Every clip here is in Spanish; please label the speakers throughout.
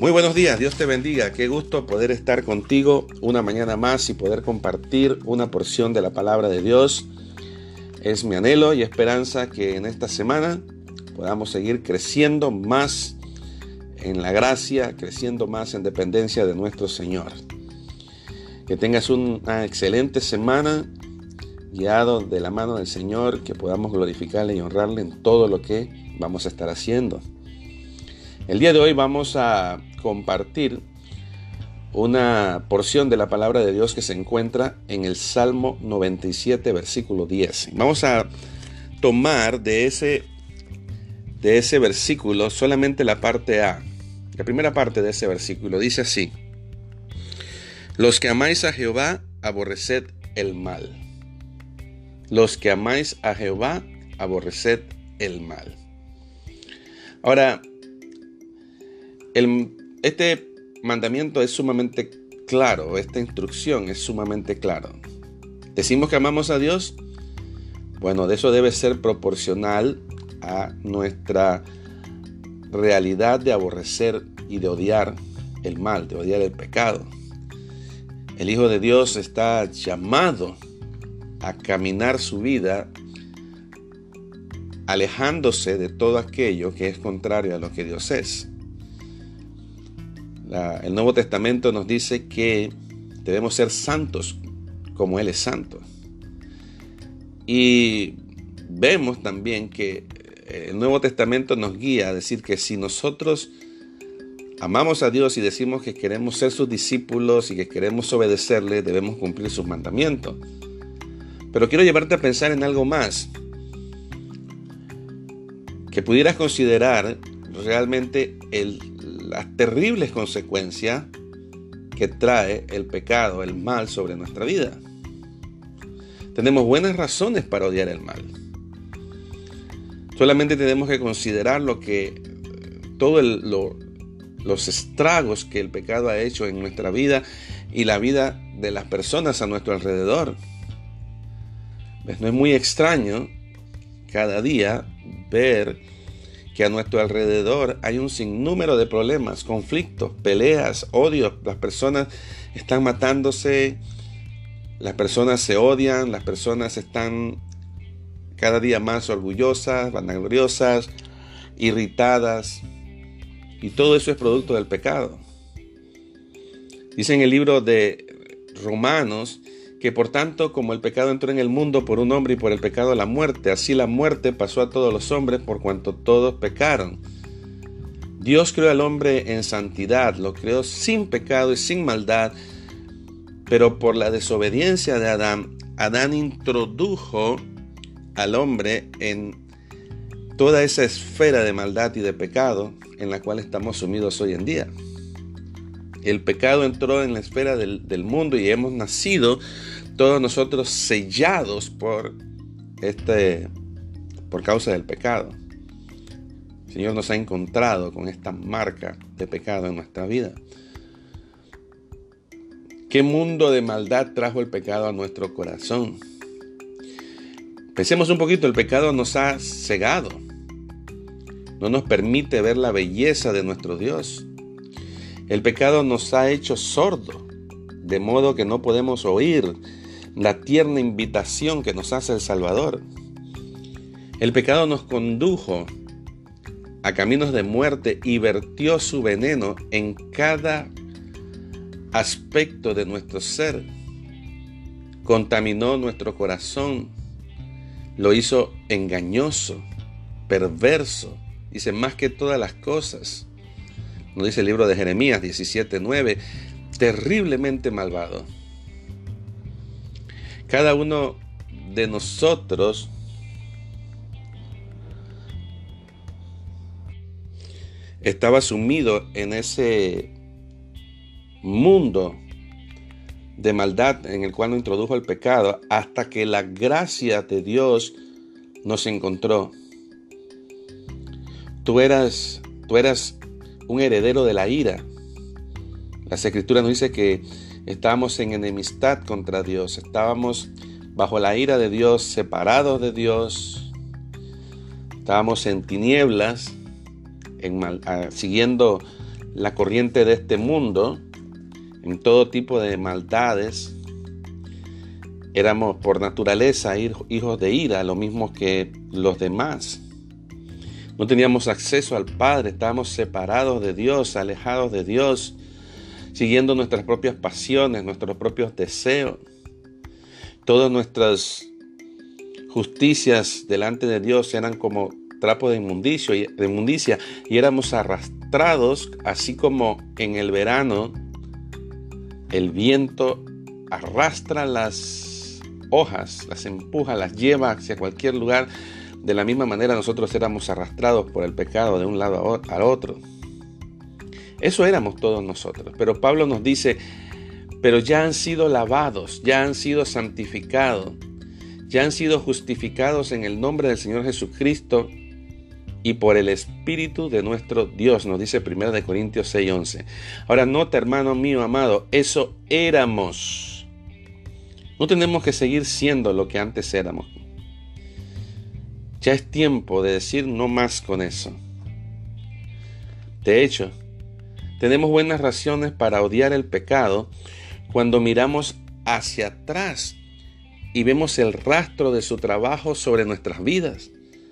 Speaker 1: Muy buenos días, Dios te bendiga. Qué gusto poder estar contigo una mañana más y poder compartir una porción de la palabra de Dios. Es mi anhelo y esperanza que en esta semana podamos seguir creciendo más en la gracia, creciendo más en dependencia de nuestro Señor. Que tengas una excelente semana guiado de la mano del Señor, que podamos glorificarle y honrarle en todo lo que vamos a estar haciendo. El día de hoy vamos a compartir una porción de la palabra de Dios que se encuentra en el Salmo 97, versículo 10. Vamos a tomar de ese versículo solamente la parte A. La primera parte de ese versículo dice así: Los que amáis a Jehová, aborreced el mal. Los que amáis a Jehová, aborreced el mal. Ahora, este mandamiento es sumamente claro, esta instrucción es sumamente claro. ¿Decimos que amamos a Dios? Bueno, de eso debe ser proporcional a nuestra realidad de aborrecer y de odiar el mal, de odiar el pecado. El Hijo de Dios está llamado a caminar su vida alejándose de todo aquello que es contrario a lo que Dios es. El Nuevo Testamento nos dice que debemos ser santos como Él es santo. Y vemos también que el Nuevo Testamento nos guía a decir que si nosotros amamos a Dios y decimos que queremos ser sus discípulos y que queremos obedecerle, debemos cumplir sus mandamientos. Pero quiero llevarte a pensar en algo más, que pudieras considerar realmente las terribles consecuencias que trae el pecado, el mal sobre nuestra vida. Tenemos buenas razones para odiar el mal. Solamente tenemos que considerar los estragos que el pecado ha hecho en nuestra vida y la vida de las personas a nuestro alrededor. No es muy extraño cada día ver que a nuestro alrededor hay un sinnúmero de problemas, conflictos, peleas, odios. Las personas están matándose, las personas se odian, las personas están cada día más orgullosas, vanagloriosas, irritadas. Y todo eso es producto del pecado. Dice en el libro de Romanos que por tanto, como el pecado entró en el mundo por un hombre y por el pecado la muerte, así la muerte pasó a todos los hombres por cuanto todos pecaron. Dios creó al hombre en santidad, lo creó sin pecado y sin maldad, pero por la desobediencia de Adán introdujo al hombre en toda esa esfera de maldad y de pecado en la cual estamos sumidos hoy en día. El pecado entró en la esfera del mundo y hemos nacido todos nosotros sellados por causa del pecado. El Señor nos ha encontrado con esta marca de pecado en nuestra vida. ¿Qué mundo de maldad trajo el pecado a nuestro corazón? Pensemos un poquito, el pecado nos ha cegado. No nos permite ver la belleza de nuestro Dios. El pecado nos ha hecho sordos, de modo que no podemos oír la tierna invitación que nos hace el Salvador. El pecado nos condujo a caminos de muerte y vertió su veneno en cada aspecto de nuestro ser. Contaminó nuestro corazón, lo hizo engañoso, perverso, dice más que todas las cosas. Nos dice el libro de Jeremías 17:9, terriblemente malvado. Cada uno de nosotros estaba sumido en ese mundo de maldad en el cual nos introdujo el pecado hasta que la gracia de Dios nos encontró. Tú eras un heredero de la ira. Las Escrituras nos dice que estábamos en enemistad contra Dios, estábamos bajo la ira de Dios, separados de Dios, estábamos en tinieblas, siguiendo la corriente de este mundo, en todo tipo de maldades. Éramos por naturaleza hijos de ira, lo mismo que los demás. No teníamos acceso al Padre, estábamos separados de Dios, alejados de Dios, siguiendo nuestras propias pasiones, nuestros propios deseos. Todas nuestras justicias delante de Dios eran como trapos de inmundicia y éramos arrastrados, así como en el verano el viento arrastra las hojas, las empuja, las lleva hacia cualquier lugar. De la misma manera nosotros éramos arrastrados por el pecado de un lado al otro. Eso éramos todos nosotros. Pero Pablo nos dice, pero ya han sido lavados, ya han sido santificados, ya han sido justificados en el nombre del Señor Jesucristo y por el Espíritu de nuestro Dios, nos dice 1 Corintios 6:11. Ahora, nota, hermano mío amado, eso éramos. No tenemos que seguir siendo lo que antes éramos. Ya es tiempo de decir no más con eso. De hecho, tenemos buenas razones para odiar el pecado cuando miramos hacia atrás y vemos el rastro de su trabajo sobre nuestras vidas.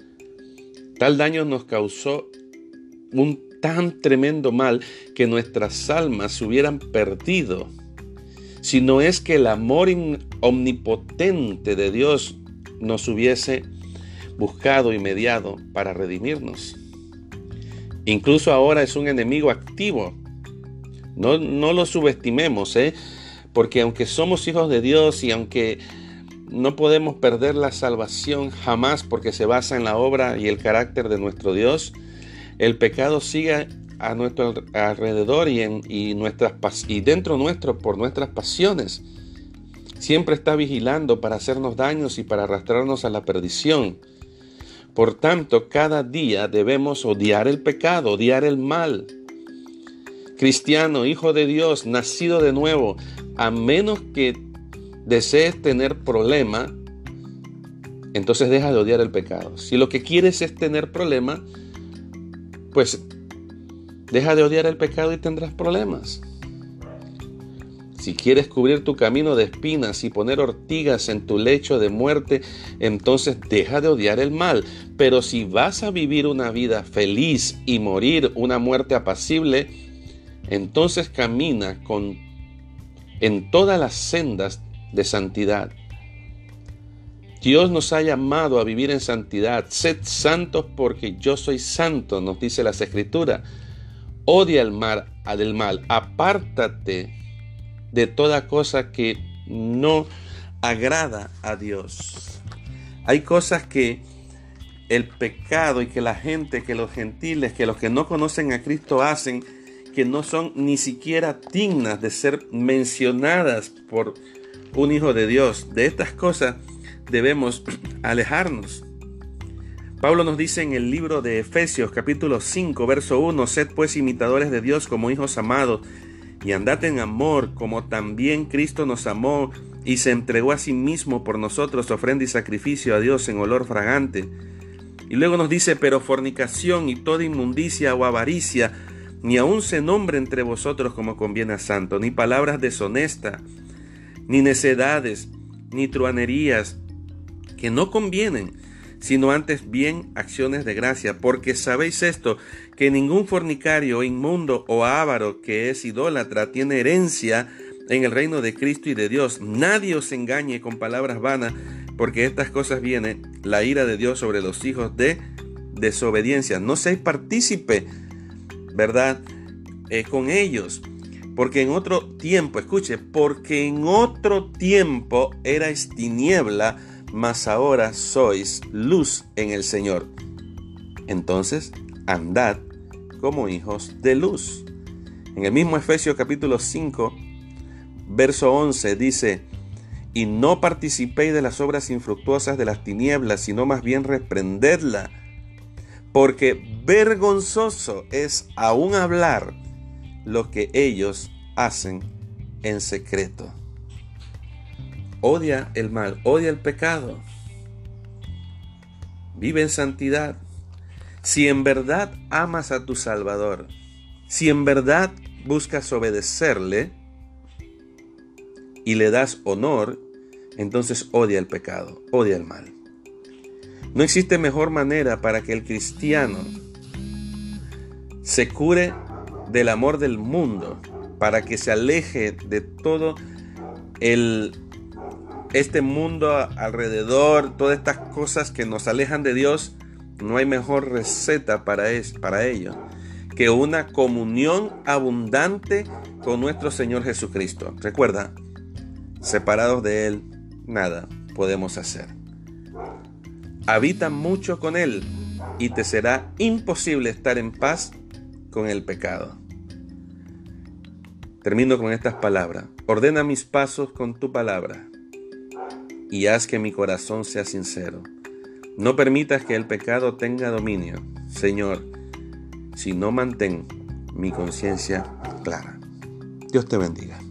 Speaker 1: Tal daño nos causó un tan tremendo mal que nuestras almas se hubieran perdido, si no es que el amor omnipotente de Dios nos hubiese buscado y mediado para redimirnos. Incluso ahora es un enemigo activo. No lo subestimemos, porque aunque somos hijos de Dios y aunque no podemos perder la salvación jamás porque se basa en la obra y el carácter de nuestro Dios, el pecado sigue a nuestro alrededor y dentro nuestro por nuestras pasiones. Siempre está vigilando para hacernos daños y para arrastrarnos a la perdición. Por tanto, cada día debemos odiar el pecado, odiar el mal. Cristiano, hijo de Dios, nacido de nuevo, a menos que desees tener problema, entonces deja de odiar el pecado. Si lo que quieres es tener problema, pues deja de odiar el pecado y tendrás problemas. Si quieres cubrir tu camino de espinas y poner ortigas en tu lecho de muerte, entonces deja de odiar el mal. Pero si vas a vivir una vida feliz y morir una muerte apacible, entonces camina en todas las sendas de santidad. Dios nos ha llamado a vivir en santidad. Sed santos porque yo soy santo, nos dice las Escrituras. Odia el mal, apártate de toda cosa que no agrada a Dios. Hay cosas que el pecado y que la gente, que los gentiles, que los que no conocen a Cristo hacen, que no son ni siquiera dignas de ser mencionadas por un hijo de Dios. De estas cosas debemos alejarnos. Pablo nos dice en el libro de Efesios capítulo 5 verso 1: sed pues imitadores de Dios como hijos amados y andad en amor como también Cristo nos amó y se entregó a sí mismo por nosotros, ofrenda y sacrificio a Dios en olor fragante. Y luego nos dice: pero fornicación y toda inmundicia o avaricia ni aun se nombre entre vosotros como conviene a santo, ni palabras deshonestas, ni necedades, ni truanerías, que no convienen, sino antes bien acciones de gracia. Porque sabéis esto, que ningún fornicario, inmundo o avaro que es idólatra tiene herencia en el reino de Cristo y de Dios. Nadie os engañe con palabras vanas, porque estas cosas viene la ira de Dios sobre los hijos de desobediencia. No seáis partícipe, ¿verdad? Con ellos. Porque en otro tiempo, escuche, porque en otro tiempo erais tiniebla, mas ahora sois luz en el Señor. Entonces, andad como hijos de luz. En el mismo Efesios capítulo 5, verso 11 dice: y no participéis de las obras infructuosas de las tinieblas, sino más bien reprendedla, porque vergonzoso es aún hablar lo que ellos hacen en secreto. Odia el mal, odia el pecado. Vive en santidad. Si en verdad amas a tu Salvador, Si en verdad buscas obedecerle y le das honor, entonces odia el pecado, odia el mal. No existe mejor manera para que el cristiano se cure del amor del mundo, para que se aleje de todo este mundo alrededor, todas estas cosas que nos alejan de Dios. No hay mejor receta para ello que una comunión abundante con nuestro Señor Jesucristo. Recuerda, separados de Él, nada podemos hacer. Habita mucho con Él y te será imposible estar en paz con el pecado. Termino con estas palabras. Ordena mis pasos con tu palabra y haz que mi corazón sea sincero. No permitas que el pecado tenga dominio, Señor, sino mantén mi conciencia clara. Dios te bendiga.